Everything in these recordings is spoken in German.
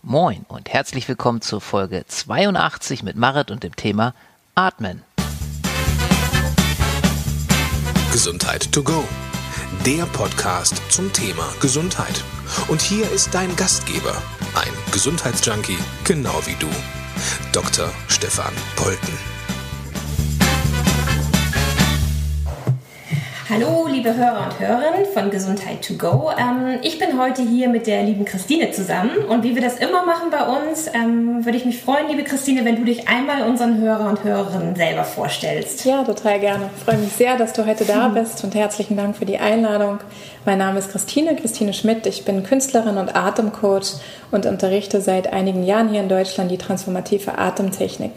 Moin und herzlich willkommen zur Folge 82 mit Marit und dem Thema Atmen. Gesundheit to go, der Podcast zum Thema Gesundheit. Und hier ist dein Gastgeber, ein Gesundheitsjunkie, genau wie du, Dr. Stefan Polten. Hallo liebe Hörer und Hörerinnen von Gesundheit to go. Ich bin heute hier mit der lieben Christine zusammen und wie wir das immer machen bei uns, würde ich mich freuen, liebe Christine, wenn du dich einmal unseren Hörer und Hörerinnen selber vorstellst. Ja, total gerne. Ich freue mich sehr, dass du heute da bist und herzlichen Dank für die Einladung. Mein Name ist Christine Schmidt. Ich bin Künstlerin und Atemcoach und unterrichte seit einigen Jahren hier in Deutschland die transformative Atemtechnik.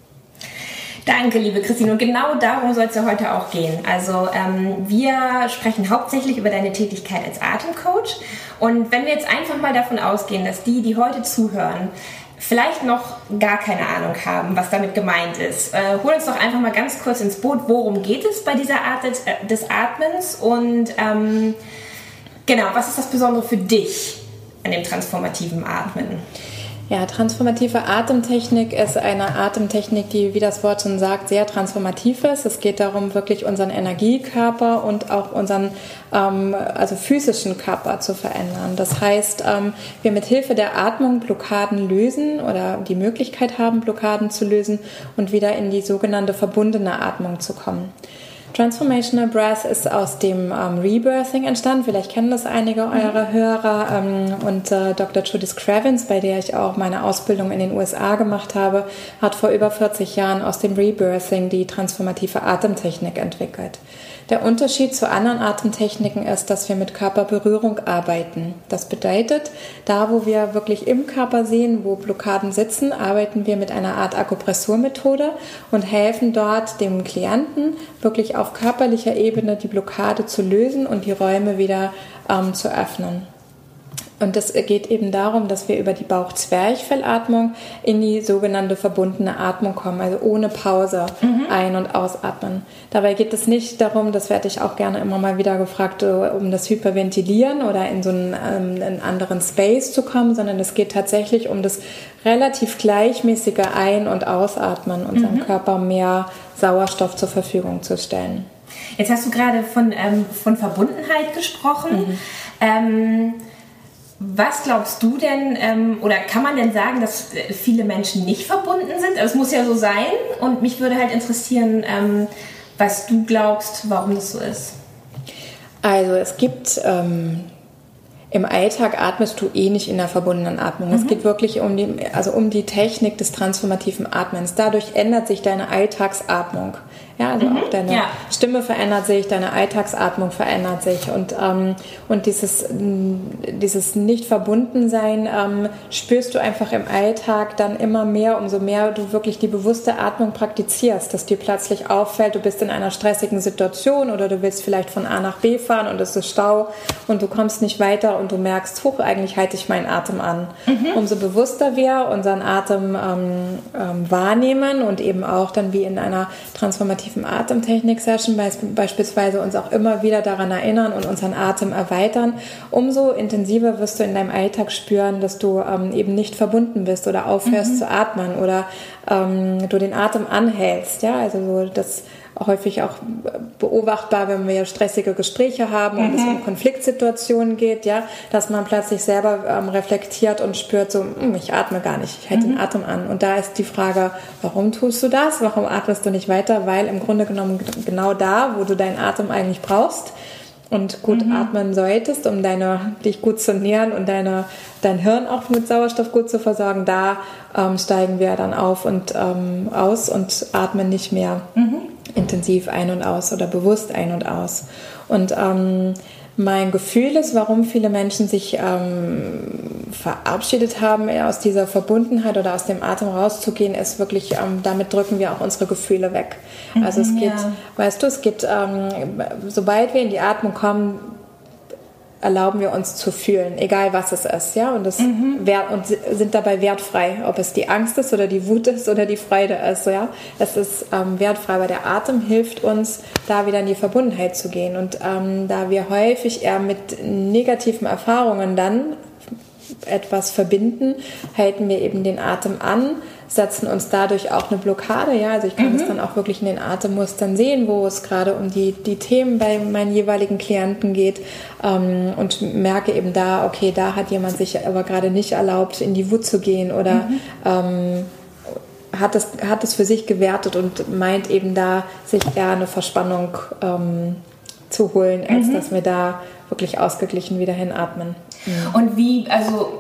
Danke, liebe Christine. Und genau darum soll es ja heute auch gehen. Also wir sprechen hauptsächlich über deine Tätigkeit als Atemcoach. Und wenn wir jetzt einfach mal davon ausgehen, dass die heute zuhören, vielleicht noch gar keine Ahnung haben, was damit gemeint ist, hol uns doch einfach mal ganz kurz ins Boot. Worum geht es bei dieser Art des Atmens? Und genau, was ist das Besondere für dich an dem transformativen Atmen? Ja, transformative Atemtechnik ist eine Atemtechnik, die, wie das Wort schon sagt, sehr transformativ ist. Es geht darum, wirklich unseren Energiekörper und auch unseren physischen Körper zu verändern. Das heißt, wir mit Hilfe der Atmung Blockaden lösen oder die Möglichkeit haben, Blockaden zu lösen und wieder in die sogenannte verbundene Atmung zu kommen. Transformational Breath ist aus dem Rebirthing entstanden. Vielleicht kennen das einige eurer Hörer. Und Dr. Judith Cravens, bei der ich auch meine Ausbildung in den USA gemacht habe, hat vor über 40 Jahren aus dem Rebirthing die transformative Atemtechnik entwickelt. Der Unterschied zu anderen Atemtechniken ist, dass wir mit Körperberührung arbeiten. Das bedeutet, da wo wir wirklich im Körper sehen, wo Blockaden sitzen, arbeiten wir mit einer Art Akupressurmethode und helfen dort dem Klienten wirklich auf körperlicher Ebene die Blockade zu lösen und die Räume wieder zu öffnen. Und es geht eben darum, dass wir über die Bauch-Zwerchfellatmung in die sogenannte verbundene Atmung kommen, also ohne Pause ein- und ausatmen. Dabei geht es nicht darum, das werde ich auch gerne immer mal wieder gefragt, um das Hyperventilieren oder in so einen anderen Space zu kommen, sondern es geht tatsächlich um das relativ gleichmäßige Ein- und Ausatmen, unserem Körper mehr Sauerstoff zur Verfügung zu stellen. Jetzt hast du gerade von Verbundenheit gesprochen. Was glaubst du denn, oder kann man denn sagen, dass viele Menschen nicht verbunden sind? Also es muss ja so sein und mich würde halt interessieren, was du glaubst, warum das so ist. Also es gibt, im Alltag atmest du nicht in der verbundenen Atmung. Es geht wirklich um die Technik des transformativen Atmens. Dadurch ändert sich deine Alltagsatmung. Ja, also auch deine Stimme verändert sich, deine Alltagsatmung verändert sich und dieses Nicht-Verbunden-Sein spürst du einfach im Alltag dann immer mehr, umso mehr du wirklich die bewusste Atmung praktizierst, dass dir plötzlich auffällt, du bist in einer stressigen Situation oder du willst vielleicht von A nach B fahren und es ist Stau und du kommst nicht weiter und du merkst, eigentlich halte ich meinen Atem an. Umso bewusster wir unseren Atem wahrnehmen und eben auch dann wie in einer transformativen Atemtechnik-Session beispielsweise uns auch immer wieder daran erinnern und unseren Atem erweitern, umso intensiver wirst du in deinem Alltag spüren, dass du eben nicht verbunden bist oder aufhörst zu atmen oder du den Atem anhältst. Ja? Also so das häufig auch beobachtbar, wenn wir stressige Gespräche haben und es um Konfliktsituationen geht, ja, dass man plötzlich selber reflektiert und spürt so, ich atme gar nicht, ich halte den Atem an. Und da ist die Frage, warum tust du das? Warum atmest du nicht weiter? Weil im Grunde genommen genau da, wo du deinen Atem eigentlich brauchst und gut atmen solltest, um dich gut zu nähren und dein Hirn auch mit Sauerstoff gut zu versorgen, da steigen wir dann auf und aus und atmen nicht mehr intensiv ein und aus oder bewusst ein und aus. Und mein Gefühl ist, warum viele Menschen sich verabschiedet haben, aus dieser Verbundenheit oder aus dem Atem rauszugehen, ist wirklich, damit drücken wir auch unsere Gefühle weg. Also es geht, sobald wir in die Atmung kommen, erlauben wir uns zu fühlen, egal was es ist, ja, und sind dabei wertfrei, ob es die Angst ist oder die Wut ist oder die Freude ist, ja, es ist wertfrei, weil der Atem hilft uns, da wieder in die Verbundenheit zu gehen und da wir häufig eher mit negativen Erfahrungen dann etwas verbinden, halten wir eben den Atem an, setzen uns dadurch auch eine Blockade. Ja, also ich kann das dann auch wirklich in den Atemmustern sehen, wo es gerade um die Themen bei meinen jeweiligen Klienten geht, und merke eben da, okay, da hat jemand sich aber gerade nicht erlaubt, in die Wut zu gehen oder hat es für sich gewertet und meint eben da, sich eher eine Verspannung zu holen, als dass wir da wirklich ausgeglichen wieder hinatmen. Und wie, also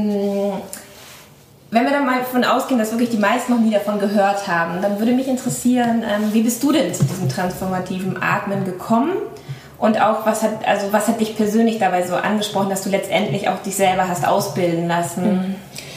wenn wir dann mal davon ausgehen, dass wirklich die meisten noch nie davon gehört haben, dann würde mich interessieren, wie bist du denn zu diesem transformativen Atmen gekommen? Und auch, was hat dich persönlich dabei so angesprochen, dass du letztendlich auch dich selber hast ausbilden lassen?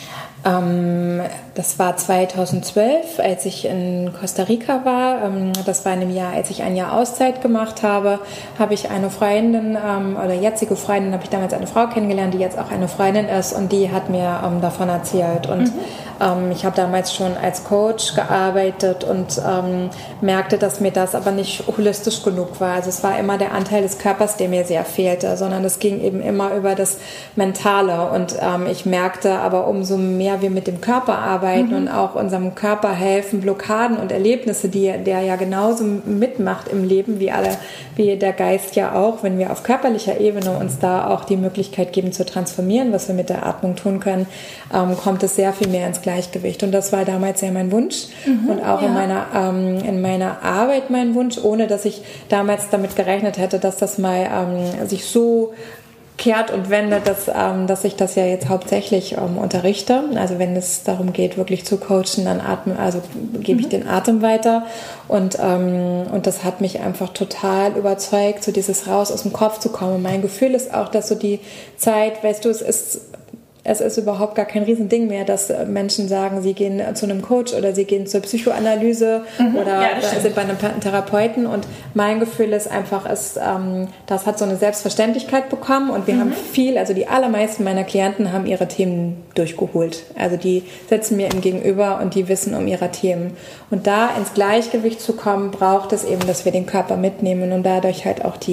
Das war 2012, als ich in Costa Rica war. Das war in dem Jahr, als ich ein Jahr Auszeit gemacht habe, habe ich eine Freundin, oder jetzige Freundin, habe ich damals eine Frau kennengelernt, die jetzt auch eine Freundin ist, und die hat mir davon erzählt. Und ich habe damals schon als Coach gearbeitet und merkte, dass mir das aber nicht holistisch genug war. Also es war immer der Anteil des Körpers, der mir sehr fehlte, sondern es ging eben immer über das Mentale. Und ich merkte aber, umso mehr wir mit dem Körper arbeiten und auch unserem Körper helfen, Blockaden und Erlebnisse, der ja genauso mitmacht im Leben wie der Geist ja auch, wenn wir auf körperlicher Ebene uns da auch die Möglichkeit geben zu transformieren, was wir mit der Atmung tun können, kommt es sehr viel mehr ins Gleichgewicht. Und das war damals ja mein Wunsch und auch in meiner Arbeit mein Wunsch, ohne dass ich damals damit gerechnet hätte, dass das mal sich so kehrt und wendet, dass ich das ja jetzt hauptsächlich unterrichte. Also wenn es darum geht, wirklich zu coachen, dann gebe ich den Atem weiter. Und das hat mich einfach total überzeugt, so dieses raus aus dem Kopf zu kommen. Und mein Gefühl ist auch, dass so die Zeit, weißt du, es ist überhaupt gar kein Riesending mehr, dass Menschen sagen, sie gehen zu einem Coach oder sie gehen zur Psychoanalyse oder sind bei einem Therapeuten. Und mein Gefühl ist einfach, das hat so eine Selbstverständlichkeit bekommen, und wir haben also die allermeisten meiner Klienten haben ihre Themen durchgeholt. Also die sitzen mir im Gegenüber und die wissen um ihre Themen. Und da ins Gleichgewicht zu kommen, braucht es eben, dass wir den Körper mitnehmen und dadurch halt auch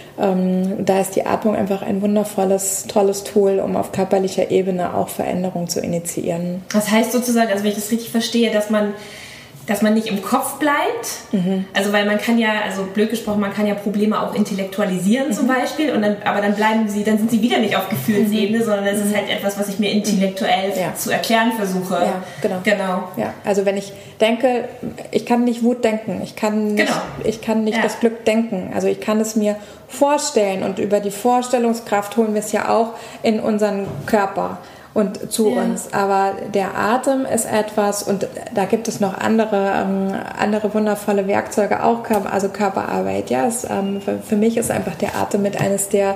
da ist die Atmung einfach ein wundervolles, tolles Tool, um auf körperlicher Ebene auch Veränderungen zu initiieren. Das heißt sozusagen, also wenn ich das richtig verstehe, dass man nicht im Kopf bleibt, also weil man kann ja, also blöd gesprochen, man kann ja Probleme auch intellektualisieren zum Beispiel, aber dann sind sie wieder nicht auf Gefühlsebene, sondern es ist halt etwas, was ich mir intellektuell zu erklären versuche. Ja, genau. Ja, also wenn ich denke, ich kann nicht Wut denken, ich kann nicht das Glück denken, also ich kann es mir vorstellen, und über die Vorstellungskraft holen wir es ja auch in unseren Körper und zu uns. Aber der Atem ist etwas, und da gibt es noch andere wundervolle Werkzeuge, auch Körperarbeit. Ja, für mich ist einfach der Atem mit eines der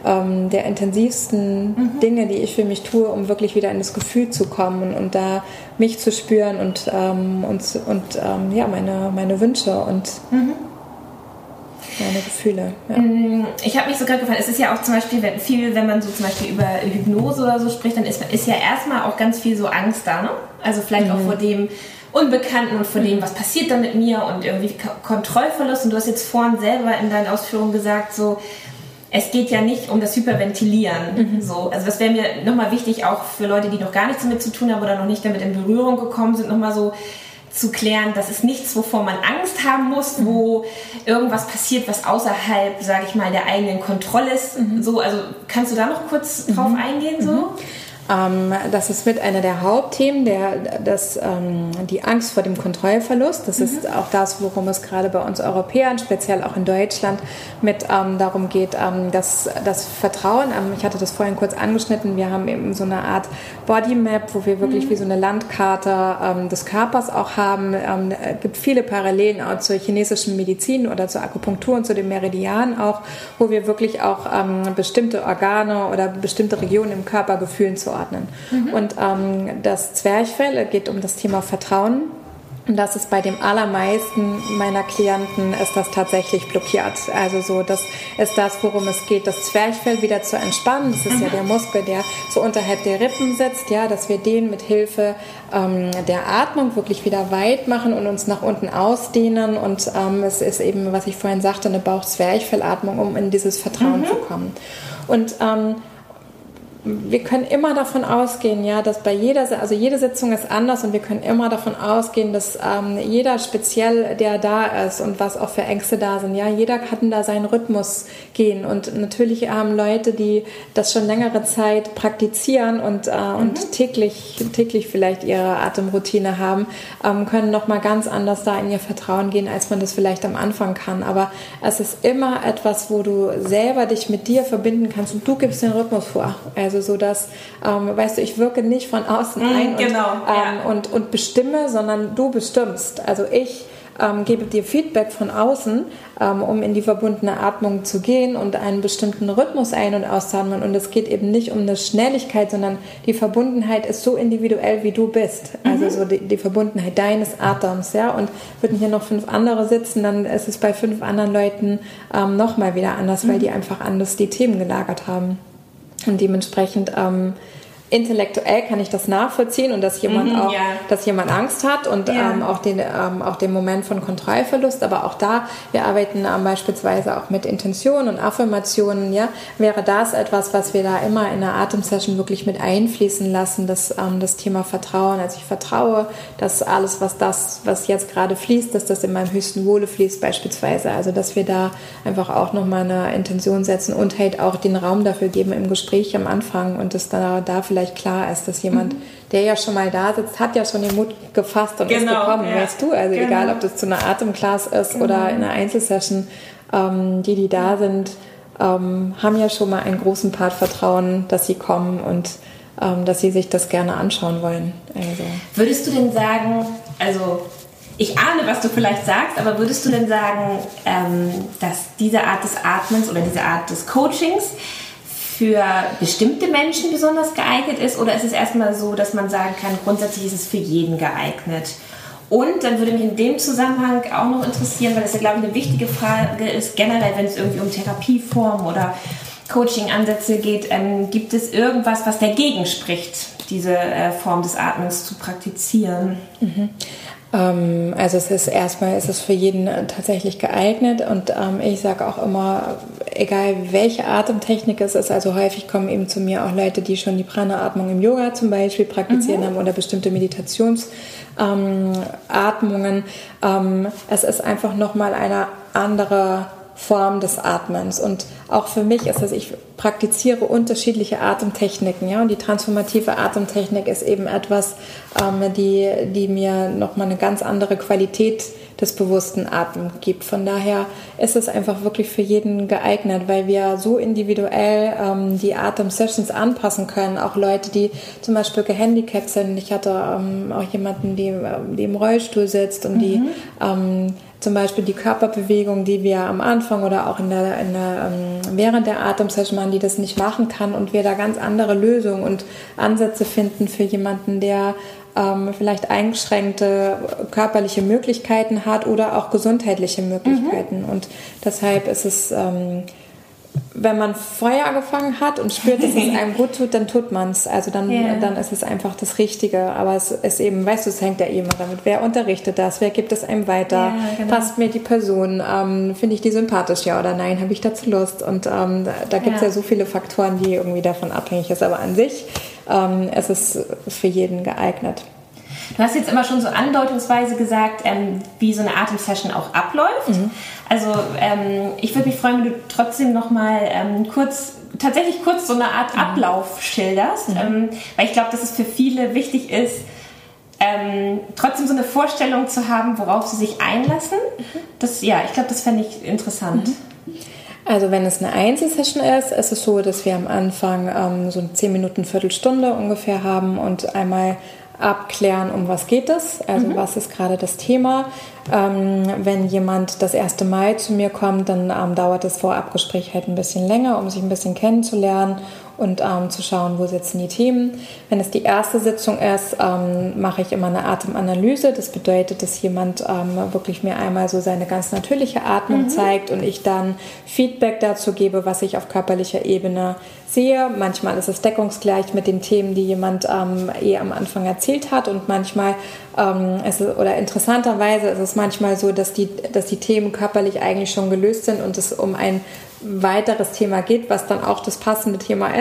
intensivsten Dinge, die ich für mich tue, um wirklich wieder in das Gefühl zu kommen und da mich zu spüren und meine Wünsche und meine Gefühle. Ja. Ich habe mich sogar gefragt, es ist ja auch zum Beispiel, wenn man so zum Beispiel über Hypnose oder so spricht, dann ist ja erstmal auch ganz viel so Angst da, ne? Also vielleicht auch vor dem Unbekannten und vor dem, was passiert da mit mir, und irgendwie Kontrollverlust. Und du hast jetzt vorhin selber in deinen Ausführungen gesagt, so, es geht ja nicht um das Hyperventilieren. So. Also das wäre mir nochmal wichtig, auch für Leute, die noch gar nichts damit zu tun haben oder noch nicht damit in Berührung gekommen sind, nochmal so zu klären, das ist nichts, wovor man Angst haben muss, wo irgendwas passiert, was außerhalb, sage ich mal, der eigenen Kontrolle ist. So, also kannst du da noch kurz drauf eingehen? So? Das ist mit einer der Hauptthemen, die Angst vor dem Kontrollverlust. Das ist auch das, worum es gerade bei uns Europäern, speziell auch in Deutschland, darum geht, das Vertrauen. Ich hatte das vorhin kurz angeschnitten. Wir haben eben so eine Art Bodymap, wo wir wirklich wie so eine Landkarte des Körpers auch haben. Es gibt viele Parallelen auch zur chinesischen Medizin oder zur Akupunktur und zu den Meridianen auch, wo wir wirklich auch bestimmte Organe oder bestimmte Regionen im Körper Gefühlen zuordnen. Und das Zwerchfell geht um das Thema Vertrauen. Und das ist bei dem allermeisten meiner Klienten ist das tatsächlich blockiert. Also so, das ist das, worum es geht, das Zwerchfell wieder zu entspannen. Das ist ja der Muskel, der so unterhalb der Rippen sitzt, ja, dass wir den mit Hilfe der Atmung wirklich wieder weit machen und uns nach unten ausdehnen. Und es ist eben, was ich vorhin sagte, eine Bauch-Zwerchfellatmung, um in dieses Vertrauen zu kommen. Und wir können immer davon ausgehen, ja, dass jede Sitzung ist anders und wir können immer davon ausgehen, dass jeder speziell, der da ist und was auch für Ängste da sind, ja, jeder kann da seinen Rhythmus gehen und natürlich haben Leute, die das schon längere Zeit praktizieren und täglich vielleicht ihre Atemroutine haben, können nochmal ganz anders da in ihr Vertrauen gehen, als man das vielleicht am Anfang kann. Aber es ist immer etwas, wo du selber dich mit dir verbinden kannst und du gibst den Rhythmus vor. Also so, dass, weißt du, ich wirke nicht von außen ein und bestimme, sondern du bestimmst. Also ich gebe dir Feedback von außen, um in die verbundene Atmung zu gehen und einen bestimmten Rhythmus ein- und auszuatmen. Und es geht eben nicht um eine Schnelligkeit, sondern die Verbundenheit ist so individuell, wie du bist. Also so die Verbundenheit deines Atems. Ja? Und würden hier noch 5 andere sitzen, dann ist es bei 5 anderen Leuten nochmal wieder anders, weil die einfach anders die Themen gelagert haben. Und dementsprechend intellektuell kann ich das nachvollziehen und dass jemand dass jemand Angst hat und auch den Moment von Kontrollverlust, aber auch da, wir arbeiten beispielsweise auch mit Intentionen und Affirmationen, ja, wäre das etwas, was wir da immer in der Atemsession wirklich mit einfließen lassen, das Thema Vertrauen. Also ich vertraue, dass alles, was jetzt gerade fließt, dass das in meinem höchsten Wohle fließt beispielsweise. Also dass wir da einfach auch nochmal eine Intention setzen und halt auch den Raum dafür geben im Gespräch am Anfang und das da vielleicht klar ist, dass jemand, der ja schon mal da sitzt, hat ja schon den Mut gefasst und ist gekommen, weißt du? Also egal, ob das zu einer Atemclass ist oder in einer Einzelsession, die da sind, haben ja schon mal einen großen Part Vertrauen, dass sie kommen und dass sie sich das gerne anschauen wollen. Also. Würdest du denn sagen, also ich ahne, was du vielleicht sagst, aber würdest du denn sagen, dass diese Art des Atmens oder diese Art des Coachings für bestimmte Menschen besonders geeignet ist, oder ist es erstmal so, dass man sagen kann, grundsätzlich ist es für jeden geeignet? Und dann würde mich in dem Zusammenhang auch noch interessieren, weil das ja, glaube ich, eine wichtige Frage ist, generell, wenn es irgendwie um Therapieformen oder Coaching-Ansätze geht, gibt es irgendwas, was dagegen spricht, diese Form des Atmens zu praktizieren? Also es ist für jeden tatsächlich geeignet und ich sage auch immer, egal welche Atemtechnik es ist, also häufig kommen eben zu mir auch Leute, die schon die Prana-Atmung im Yoga zum Beispiel praktizieren haben oder bestimmte Meditationsatmungen. Es ist einfach nochmal eine andere Form des Atmens und auch für mich ist es, ich praktiziere unterschiedliche Atemtechniken, ja, und die transformative Atemtechnik ist eben etwas, die mir nochmal eine ganz andere Qualität des bewussten Atems gibt. Von daher ist es einfach wirklich für jeden geeignet, weil wir so individuell die Atem-Sessions anpassen können. Auch Leute, die zum Beispiel gehandicapt sind. Ich hatte auch jemanden, die im Rollstuhl sitzt und die zum Beispiel die Körperbewegung, die wir am Anfang oder auch während der Atemsession machen, die das nicht machen kann und wir da ganz andere Lösungen und Ansätze finden für jemanden, der vielleicht eingeschränkte körperliche Möglichkeiten hat oder auch gesundheitliche Möglichkeiten. Und deshalb ist es, wenn man Feuer gefangen hat und spürt, dass es einem gut tut, dann tut man es. Also dann ist es einfach das Richtige. Aber es ist eben, weißt du, es hängt ja immer damit. Wer unterrichtet das? Wer gibt es einem weiter? Ja, genau. Passt mir die Person? Finde ich die sympathisch, ja oder nein? Habe ich dazu Lust? Und da gibt es ja so viele Faktoren, die irgendwie davon abhängig ist. Aber an sich es ist für jeden geeignet. Du hast jetzt immer schon so andeutungsweise gesagt, wie so eine Atemsession auch abläuft. Also ich würde mich freuen, wenn du trotzdem noch mal kurz so eine Art Ablauf schilderst, weil ich glaube, dass es für viele wichtig ist, trotzdem so eine Vorstellung zu haben, worauf sie sich einlassen. Ich glaube, das fände ich interessant. Also wenn es eine Einzelsession ist es so, dass wir am Anfang so 10 Minuten, Viertelstunde ungefähr haben und einmal abklären, um was geht es, also was ist gerade das Thema. Wenn jemand das erste Mal zu mir kommt, dann dauert das Vorabgespräch halt ein bisschen länger, um sich ein bisschen kennenzulernen und zu schauen, wo sitzen die Themen. Wenn es die erste Sitzung ist, mache ich immer eine Atemanalyse. Das bedeutet, dass jemand wirklich mir einmal so seine ganz natürliche Atmung zeigt und ich dann Feedback dazu gebe, was ich auf körperlicher Ebene sehe. Manchmal ist es deckungsgleich mit den Themen, die jemand am Anfang erzählt hat und manchmal interessanterweise ist es manchmal so, dass die Themen körperlich eigentlich schon gelöst sind und es um ein weiteres Thema geht, was dann auch das passende Thema ist.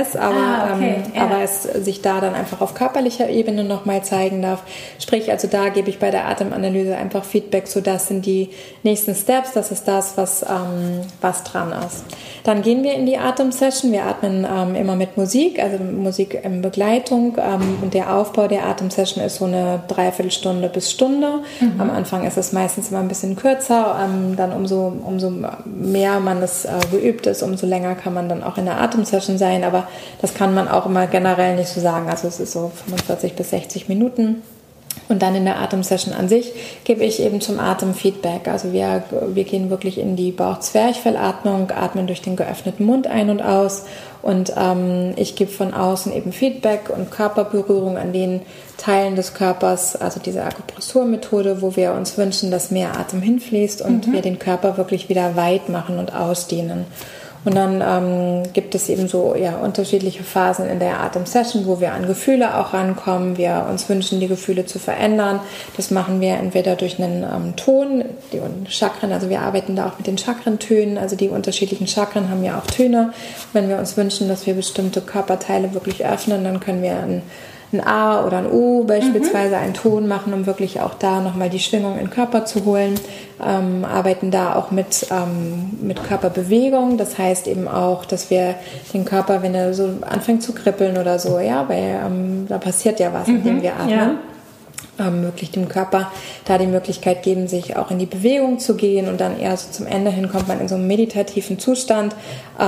weiß, aber es sich da dann einfach auf körperlicher Ebene nochmal zeigen darf. Sprich, also da gebe ich bei der Atemanalyse einfach Feedback, so das sind die nächsten Steps, das ist das, was dran ist. Dann gehen wir in die Atemsession. Wir atmen immer mit Musik, also Musik in Begleitung, und der Aufbau der Atemsession ist so eine Dreiviertelstunde bis Stunde. Am Anfang ist es meistens immer ein bisschen kürzer, dann umso mehr man es geübt ist, umso länger kann man dann auch in der Atemsession sein, aber das kann man auch immer generell nicht so sagen, also es ist so 45 bis 60 Minuten. Und dann in der Atemsession an sich gebe ich eben zum Atem Feedback. Also wir gehen wirklich in die Bauch-Zwerchfellatmung, atmen durch den geöffneten Mund ein und aus. Und ich gebe von außen eben Feedback und Körperberührung an den Teilen des Körpers, also diese Akupressurmethode, wo wir uns wünschen, dass mehr Atem hinfließt und wir den Körper wirklich wieder weit machen und ausdehnen. Und dann gibt es eben so unterschiedliche Phasen in der Atemsession, wo wir an Gefühle auch rankommen. Wir uns wünschen, die Gefühle zu verändern. Das machen wir entweder durch einen Ton, die Chakren, also wir arbeiten da auch mit den Chakrentönen. Also die unterschiedlichen Chakren haben ja auch Töne. Wenn wir uns wünschen, dass wir bestimmte Körperteile wirklich öffnen, dann können wir ein A oder ein U beispielsweise einen Ton machen, um wirklich auch da nochmal die Schwingung in den Körper zu holen. Arbeiten da auch mit Körperbewegung. Das heißt eben auch, dass wir den Körper, wenn er so anfängt zu kribbeln oder so, weil da passiert ja was, indem wir atmen. Wirklich dem Körper da die Möglichkeit geben, sich auch in die Bewegung zu gehen und dann eher so zum Ende hin kommt man in so einen meditativen Zustand,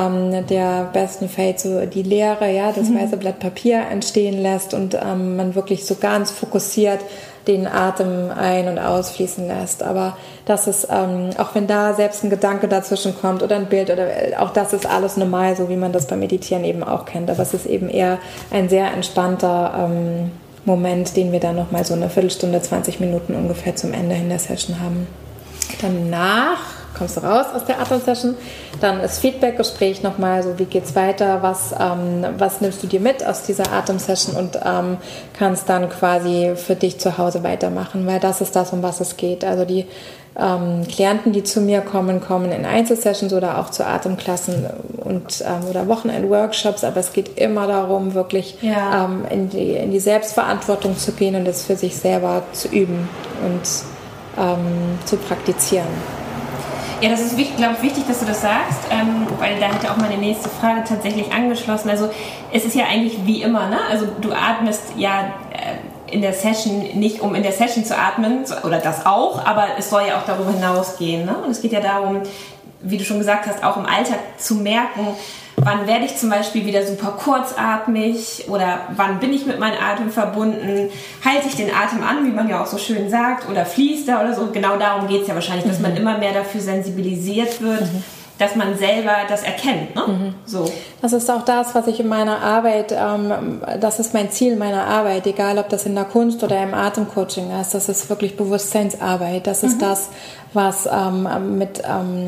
der bestenfalls so die Leere, das weiße Blatt Papier entstehen lässt und man wirklich so ganz fokussiert den Atem ein- und ausfließen lässt. Aber das ist, auch wenn da selbst ein Gedanke dazwischen kommt oder ein Bild, oder auch das ist alles normal, so wie man das beim Meditieren eben auch kennt. Aber es ist eben eher ein sehr entspannter Moment, den wir dann nochmal so eine Viertelstunde, 20 Minuten ungefähr zum Ende in der Session haben. Danach kommst du raus aus der Atemsession, dann ist Feedback-Gespräch nochmal, so wie geht's weiter, was nimmst du dir mit aus dieser Atemsession und kannst dann quasi für dich zu Hause weitermachen, weil das ist das, um was es geht. Also die Klienten, die zu mir kommen in Einzelsessions oder auch zu Atemklassen und oder Wochenend-Workshops, aber es geht immer darum, wirklich in die Selbstverantwortung zu gehen und es für sich selber zu üben und zu praktizieren. Ja, das ist, glaube ich, wichtig, dass du das sagst, weil da hätte auch meine nächste Frage tatsächlich angeschlossen. Also es ist ja eigentlich wie immer, ne? Also du atmest in der Session nicht, um in der Session zu atmen, oder das auch, aber es soll ja auch darüber hinausgehen, ne? Und es geht ja darum, wie du schon gesagt hast, auch im Alltag zu merken, wann werde ich zum Beispiel wieder super kurzatmig oder wann bin ich mit meinem Atem verbunden, halte ich den Atem an, wie man ja auch so schön sagt, oder fließt er oder so. Genau darum geht es ja wahrscheinlich, dass man immer mehr dafür sensibilisiert wird, dass man selber das erkennt. Ne? So. Das ist auch das, was ich in meiner Arbeit, das ist mein Ziel meiner Arbeit, egal ob das in der Kunst oder im Atemcoaching ist, das ist wirklich Bewusstseinsarbeit. Das ist das, was mit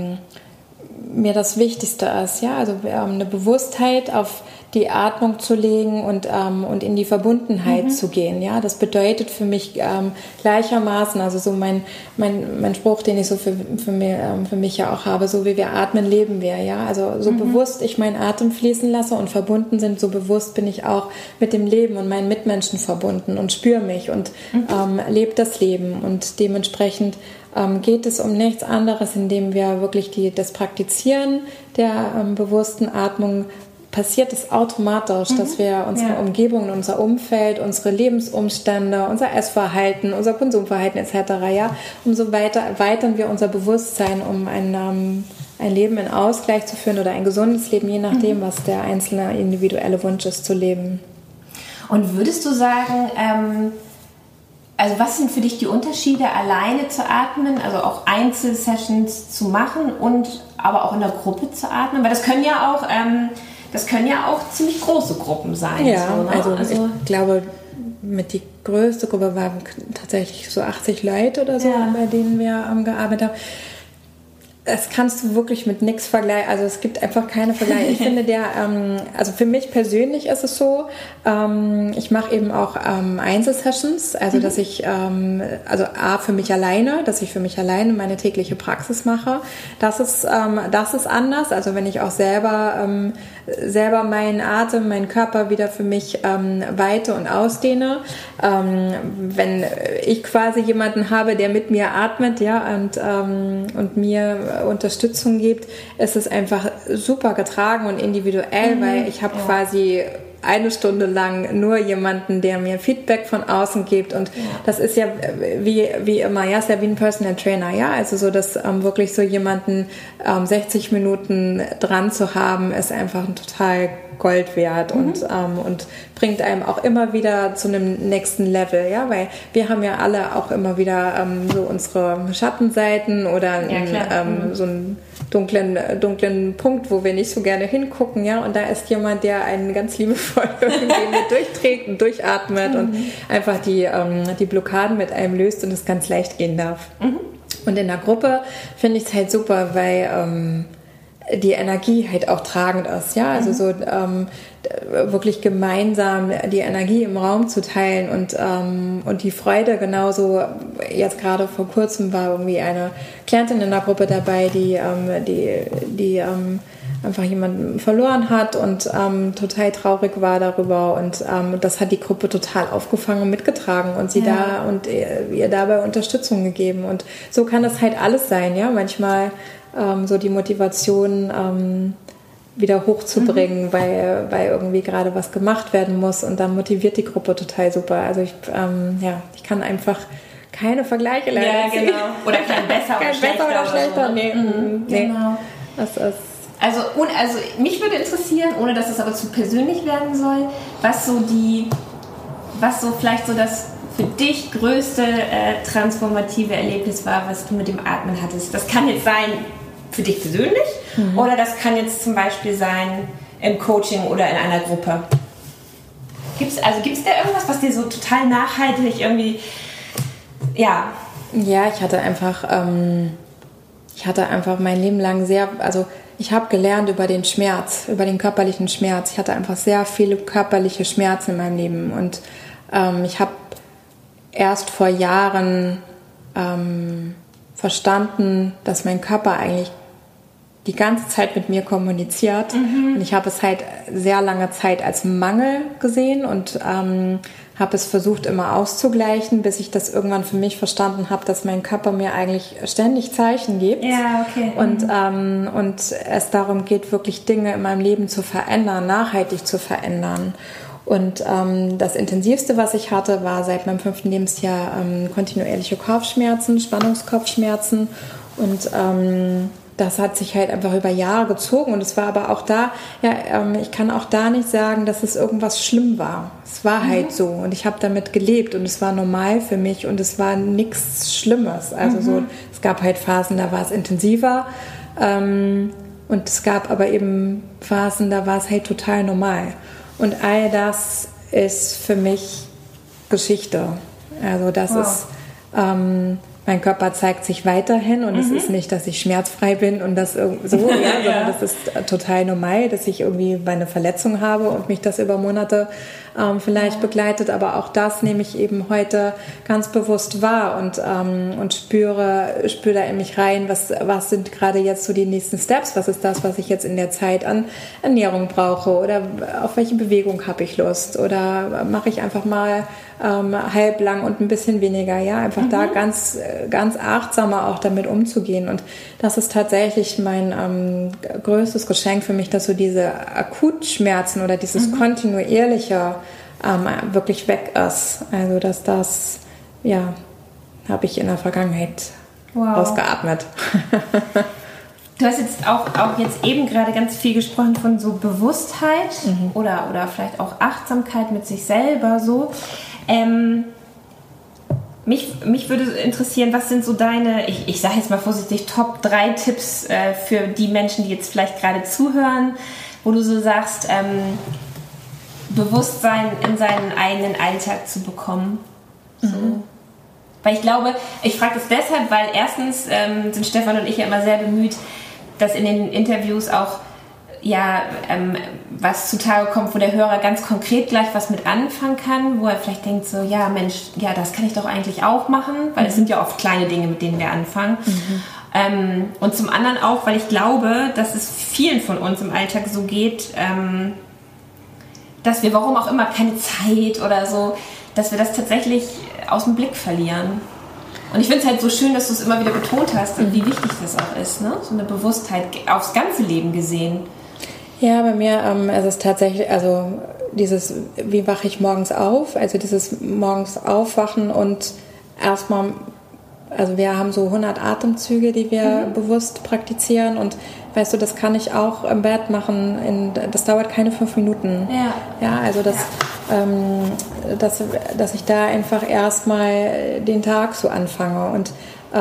mir das Wichtigste ist, also eine Bewusstheit auf die Atmung zu legen und in die Verbundenheit zu gehen, das bedeutet für mich gleichermaßen, also so mein Spruch, den ich so für mich ja auch habe, so wie wir atmen, leben wir, also so bewusst ich meinen Atem fließen lasse und verbunden sind, so bewusst bin ich auch mit dem Leben und meinen Mitmenschen verbunden und spüre mich und lebe das Leben und dementsprechend geht es um nichts anderes, indem wir wirklich das Praktizieren der bewussten Atmung passiert es automatisch, dass wir unsere Umgebung, unser Umfeld, unsere Lebensumstände, unser Essverhalten, unser Konsumverhalten etc. Umso weiter erweitern wir unser Bewusstsein, um ein Leben in Ausgleich zu führen oder ein gesundes Leben, je nachdem, was der einzelne individuelle Wunsch ist zu leben. Und würdest du sagen, also was sind für dich die Unterschiede, alleine zu atmen, also auch Einzelsessions zu machen und aber auch in der Gruppe zu atmen? Weil das können ja auch ziemlich große Gruppen sein. Ja, so, ne? also ich glaube, mit die größte Gruppe waren tatsächlich so 80 Leute oder so, bei denen wir gearbeitet haben. Das kannst du wirklich mit nichts vergleichen. Also es gibt einfach keine Vergleiche. Ich finde also für mich persönlich ist es so, ich mache eben auch Einzelsessions, also dass ich, also für mich alleine, dass ich für mich alleine meine tägliche Praxis mache. Das ist anders. Also wenn ich auch selber selber meinen Atem, meinen Körper wieder für mich weite und ausdehne. Wenn ich quasi jemanden habe, der mit mir atmet, ja, und mir Unterstützung gibt, ist es einfach super getragen und individuell, weil ich habe quasi 1 Stunde lang nur jemanden, der mir Feedback von außen gibt, und das ist ja wie immer, ja, ist ja wie ein Personal Trainer, ja, also so, dass wirklich so jemanden 60 Minuten dran zu haben, ist einfach ein total Gold wert und bringt einem auch immer wieder zu einem nächsten Level, ja, weil wir haben ja alle auch immer wieder so unsere Schattenseiten oder so einen dunklen Punkt, wo wir nicht so gerne hingucken, ja, und da ist jemand, der einen ganz liebevoll irgendwie mit durchträgt und durchatmet und einfach die Blockaden mit einem löst und es ganz leicht gehen darf. Und in der Gruppe finde ich es halt super, weil die Energie halt auch tragend ist, ja, also so wirklich gemeinsam die Energie im Raum zu teilen und die Freude genauso. Jetzt gerade vor kurzem war irgendwie eine Klientin in der Gruppe dabei, die einfach jemanden verloren hat und total traurig war darüber, und das hat die Gruppe total aufgefangen und mitgetragen und sie ihr dabei Unterstützung gegeben, und so kann das halt alles sein, ja, manchmal so die Motivation wieder hochzubringen, weil irgendwie gerade was gemacht werden muss, und dann motiviert die Gruppe total super. Also ich kann einfach keine Vergleiche leider ziehen. Genau. Oder kein besser oder schlechter. So. Nee. Genau. Das ist... Also mich würde interessieren, ohne dass es aber zu persönlich werden soll, was so vielleicht so das für dich größte transformative Erlebnis war, was du mit dem Atmen hattest. Das kann jetzt sein für dich persönlich oder das kann jetzt zum Beispiel sein im Coaching oder in einer Gruppe. Gibt's da irgendwas, was dir so total nachhaltig irgendwie, ja... Ja, ich hatte einfach mein Leben lang ich habe gelernt über den Schmerz, über den körperlichen Schmerz. Ich hatte einfach sehr viele körperliche Schmerzen in meinem Leben, und ich habe erst vor Jahren verstanden, dass mein Körper eigentlich die ganze Zeit mit mir kommuniziert. Und ich habe es halt sehr lange Zeit als Mangel gesehen und habe es versucht immer auszugleichen, bis ich das irgendwann für mich verstanden habe, dass mein Körper mir eigentlich ständig Zeichen gibt. Ja, okay. Und es darum geht, wirklich Dinge in meinem Leben zu verändern, nachhaltig zu verändern. Und das Intensivste, was ich hatte, war seit meinem 5. Lebensjahr kontinuierliche Kopfschmerzen, Spannungskopfschmerzen, und das hat sich halt einfach über Jahre gezogen, und es war aber auch da, ich kann auch da nicht sagen, dass es irgendwas schlimm war. Es war halt so, und ich habe damit gelebt, und es war normal für mich, und es war nichts Schlimmes. Also so, es gab halt Phasen, da war es intensiver, und es gab aber eben Phasen, da war es halt total normal. Und all das ist für mich Geschichte. Also das ist... mein Körper zeigt sich weiterhin, und es ist nicht, dass ich schmerzfrei bin und das so, sondern das ist total normal, dass ich irgendwie meine Verletzung habe und mich das über Monate vielleicht begleitet, aber auch das nehme ich eben heute ganz bewusst wahr und spüre da in mich rein, was sind gerade jetzt so die nächsten Steps, was ist das, was ich jetzt in der Zeit an Ernährung brauche, oder auf welche Bewegung habe ich Lust, oder mache ich einfach mal halblang und ein bisschen weniger, einfach da ganz, ganz achtsamer auch damit umzugehen. Und das ist tatsächlich mein größtes Geschenk für mich, dass so diese Akutschmerzen oder dieses kontinuierliche wirklich weg ist. Also dass das, habe ich in der Vergangenheit ausgeatmet. Du hast jetzt auch jetzt eben gerade ganz viel gesprochen von so Bewusstheit oder vielleicht auch Achtsamkeit mit sich selber so. Mich würde interessieren, was sind so deine, ich sage jetzt mal vorsichtig, Top 3 Tipps für die Menschen, die jetzt vielleicht gerade zuhören, wo du so sagst, Bewusstsein in seinen eigenen Alltag zu bekommen. So. Weil ich glaube, ich frage das deshalb, weil erstens sind Stefan und ich ja immer sehr bemüht, dass in den Interviews auch was zutage kommt, wo der Hörer ganz konkret gleich was mit anfangen kann, wo er vielleicht denkt so, das kann ich doch eigentlich auch machen, weil es sind ja oft kleine Dinge, mit denen wir anfangen. Und zum anderen auch, weil ich glaube, dass es vielen von uns im Alltag so geht, dass wir, warum auch immer, keine Zeit oder so, dass wir das tatsächlich aus dem Blick verlieren. Und ich finde es halt so schön, dass du es immer wieder betont hast und wie wichtig das auch ist, ne? So eine Bewusstheit aufs ganze Leben gesehen. Ja, bei mir ist es tatsächlich, also dieses, wie wache ich morgens auf, also dieses morgens aufwachen und erstmal, also wir haben so 100 Atemzüge, die wir bewusst praktizieren und weißt du, das kann ich auch im Bett machen, das dauert keine 5 Minuten. Ja, also dass ich da einfach erstmal den Tag so anfange und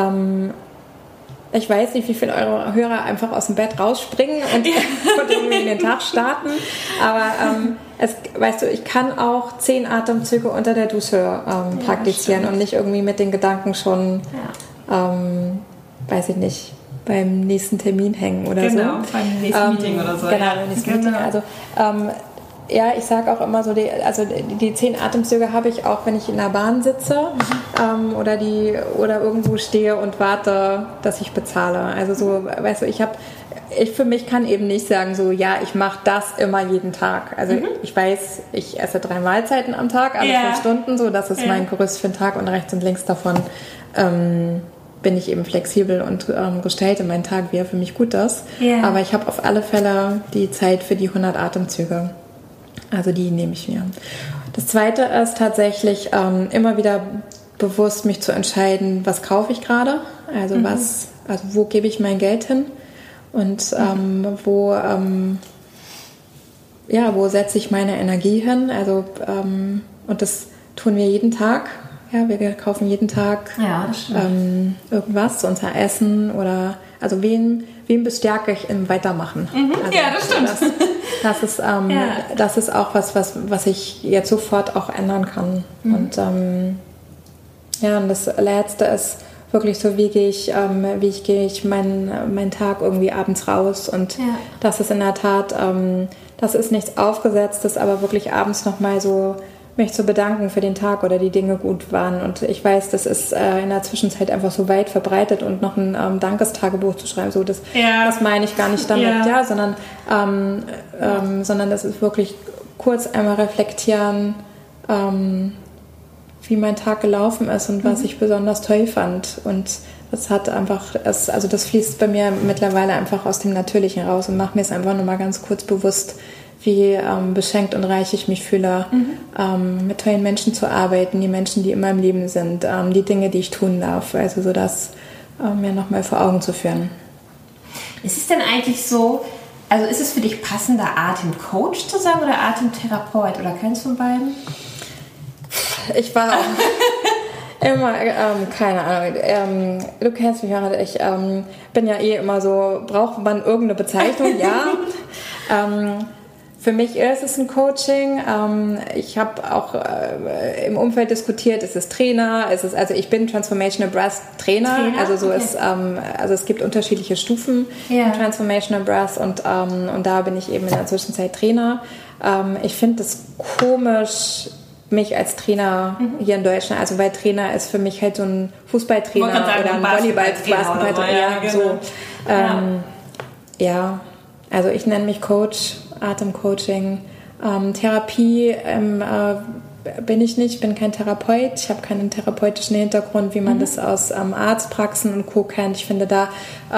ich weiß nicht, wie viele eure Hörer einfach aus dem Bett rausspringen und irgendwie in den Tag starten, aber weißt du, ich kann auch 10 Atemzüge unter der Dusche praktizieren und nicht irgendwie mit den Gedanken schon, weiß ich nicht, beim nächsten Termin hängen oder so. Genau, beim nächsten Meeting oder so. Genau, beim nächsten Meeting. Also ja, ich sage auch immer so, die 10 Atemzüge habe ich auch, wenn ich in der Bahn sitze oder irgendwo stehe und warte, dass ich bezahle. Also so, weißt du, ich für mich kann eben nicht sagen so, ja, ich mache das immer jeden Tag. Also ich weiß, ich esse 3 Mahlzeiten am Tag, alle 5 Stunden, so, das ist mein Gerüst für den Tag und rechts und links davon bin ich eben flexibel und gestalte meinen Tag, wie er für mich gut ist. Aber ich habe auf alle Fälle die Zeit für die 100 Atemzüge. Also die nehme ich mir. Das Zweite ist tatsächlich immer wieder bewusst mich zu entscheiden, was kaufe ich gerade, also wo gebe ich mein Geld hin und wo setze ich meine Energie hin. Also und das tun wir jeden Tag. Ja, wir kaufen jeden Tag irgendwas, unser Essen oder also wen bestärke ich im Weitermachen. Also, ja, das stimmt. Das ist auch was ich jetzt sofort auch ändern kann. Und und das Letzte ist wirklich so, wie gehe ich meinen Tag irgendwie abends raus. Und das ist in der Tat, das ist nichts Aufgesetztes, aber wirklich abends nochmal so mich zu bedanken für den Tag oder die Dinge gut waren. Und ich weiß, das ist in der Zwischenzeit einfach so weit verbreitet und noch ein Dankestagebuch zu schreiben, so das meine ich gar nicht damit, sondern das ist wirklich kurz einmal reflektieren, wie mein Tag gelaufen ist und was ich besonders toll fand. Und das hat einfach, das fließt bei mir mittlerweile einfach aus dem Natürlichen raus und macht mir es einfach nochmal ganz kurz bewusst, wie beschenkt und reich ich mich fühle, mit tollen Menschen zu arbeiten, die Menschen, die in meinem Leben sind, die Dinge, die ich tun darf. Also so das mir nochmal vor Augen zu führen. Ist es denn eigentlich so, also ist es für dich passender, Atemcoach zu sagen oder Atemtherapeut oder keins von beiden? Ich war auch immer, keine Ahnung, du kennst mich ja, ich bin ja immer so, braucht man irgendeine Bezeichnung? Ja. Für mich ist es ein Coaching. Ich habe auch im Umfeld diskutiert, ist es Trainer, also ich bin Transformational Breath Trainer. Also so ist, also es gibt unterschiedliche Stufen im Transformational Breath und da bin ich eben in der Zwischenzeit Trainer. Ich finde es komisch, mich als Trainer hier in Deutschland, also weil Trainer ist für mich halt so ein Fußballtrainer oder ein Volleyball-Basketballtrainer. Also ich nenne mich Coach, Atemcoaching, Therapie bin ich nicht, bin kein Therapeut, ich habe keinen therapeutischen Hintergrund, wie man das aus Arztpraxen und Co. kennt. Ich finde, da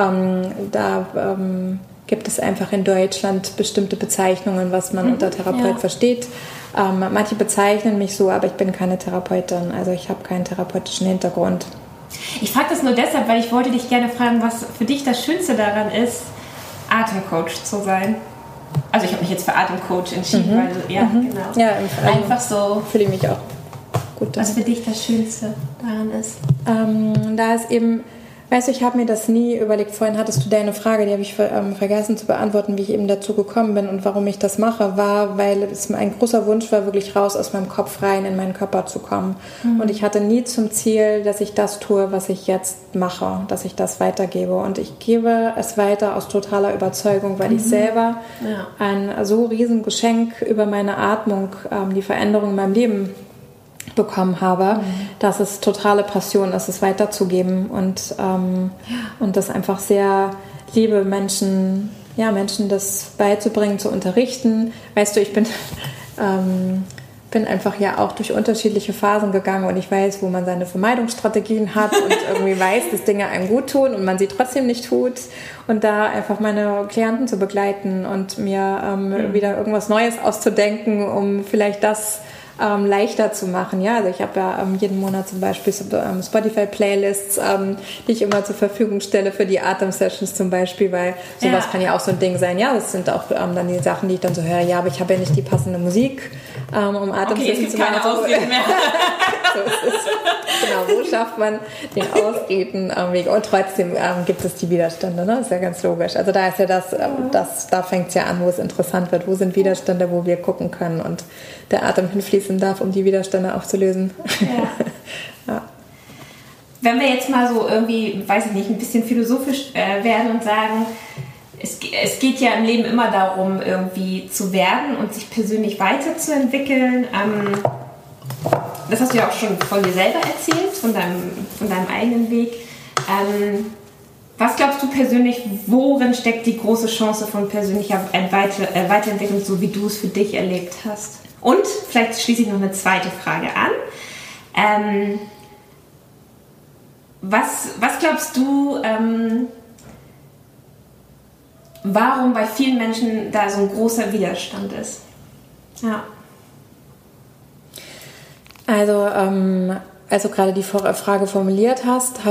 gibt es einfach in Deutschland bestimmte Bezeichnungen, was man unter Therapeut versteht. Manche bezeichnen mich so, aber ich bin keine Therapeutin, also ich habe keinen therapeutischen Hintergrund. Ich frage das nur deshalb, weil ich wollte dich gerne fragen, was für dich das Schönste daran ist, Atemcoach zu sein. Also ich habe mich jetzt für Atemcoach entschieden, weil genau. Ja, einfach so. Fühle ich mich auch gut. Was für dich das Schönste daran ist? Da ist eben, weißt du, ich habe mir das nie überlegt. Vorhin hattest du deine Frage, die habe ich vergessen zu beantworten, wie ich eben dazu gekommen bin und warum ich das mache, war, weil es ein großer Wunsch war, wirklich raus aus meinem Kopf rein in meinen Körper zu kommen. Und ich hatte nie zum Ziel, dass ich das tue, was ich jetzt mache, dass ich das weitergebe. Und ich gebe es weiter aus totaler Überzeugung, weil ich selber ein so riesen Geschenk über meine Atmung, die Veränderung in meinem Leben bekommen habe, dass es totale Passion ist, es weiterzugeben und das einfach sehr liebe, Menschen das beizubringen, zu unterrichten. Weißt du, ich bin einfach ja auch durch unterschiedliche Phasen gegangen und ich weiß, wo man seine Vermeidungsstrategien hat und irgendwie weiß, dass Dinge einem gut tun und man sie trotzdem nicht tut. Und da einfach meine Klienten zu begleiten und mir wieder irgendwas Neues auszudenken, um vielleicht das leichter zu machen. Ja, also ich habe ja jeden Monat zum Beispiel Spotify-Playlists, die ich immer zur Verfügung stelle für die Atem-Sessions zum Beispiel, weil sowas kann ja auch so ein Ding sein. Ja, das sind auch dann die Sachen, die ich dann so höre. Ja, aber ich habe ja nicht die passende Musik, um Atem-Sessions zu machen. Ausreden mehr. So ist es. Genau, wo schafft man den Ausreden-Weg? Und trotzdem gibt es die Widerstände, ne? Das ist ja ganz logisch. Also da ist ja da fängt es ja an, wo es interessant wird. Wo sind Widerstände, wo wir gucken können und der Atem hinfließen darf, um die Widerstände aufzulösen. Ja. Wenn wir jetzt mal so irgendwie, weiß ich nicht, ein bisschen philosophisch werden und sagen, es geht ja im Leben immer darum, irgendwie zu werden und sich persönlich weiterzuentwickeln. Das hast du ja auch schon von dir selber erzählt, von deinem eigenen Weg. Was glaubst du persönlich, worin steckt die große Chance von persönlicher Weiterentwicklung, so wie du es für dich erlebt hast? Und vielleicht schließe ich noch eine zweite Frage an. Was glaubst du, warum bei vielen Menschen da so ein großer Widerstand ist? Ja. Also, als du gerade die Frage formuliert hast,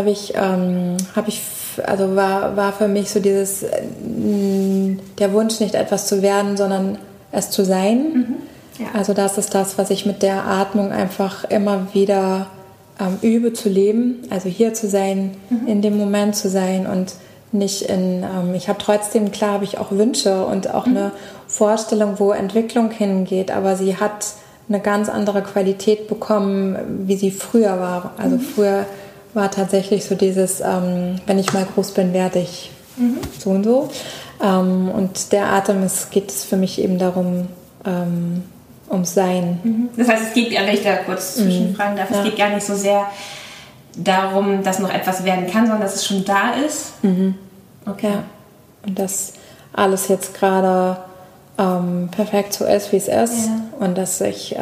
war für mich so dieses der Wunsch, nicht etwas zu werden, sondern es zu sein. Ja. Also das ist das, was ich mit der Atmung einfach immer wieder übe zu leben, also hier zu sein, in dem Moment zu sein und nicht ich habe trotzdem, klar habe ich auch Wünsche und auch eine Vorstellung, wo Entwicklung hingeht, aber sie hat eine ganz andere Qualität bekommen, wie sie früher war. Also früher war tatsächlich so dieses, wenn ich mal groß bin, werde ich so und so. Und der Atem, geht es für mich eben darum, ums Sein. Das heißt, es geht, wenn ich da kurz zwischenfragen darf, es geht gar nicht so sehr darum, dass noch etwas werden kann, sondern dass es schon da ist. Okay. Ja. Und dass alles jetzt gerade perfekt so ist, wie es ist. Ja. Und dass ich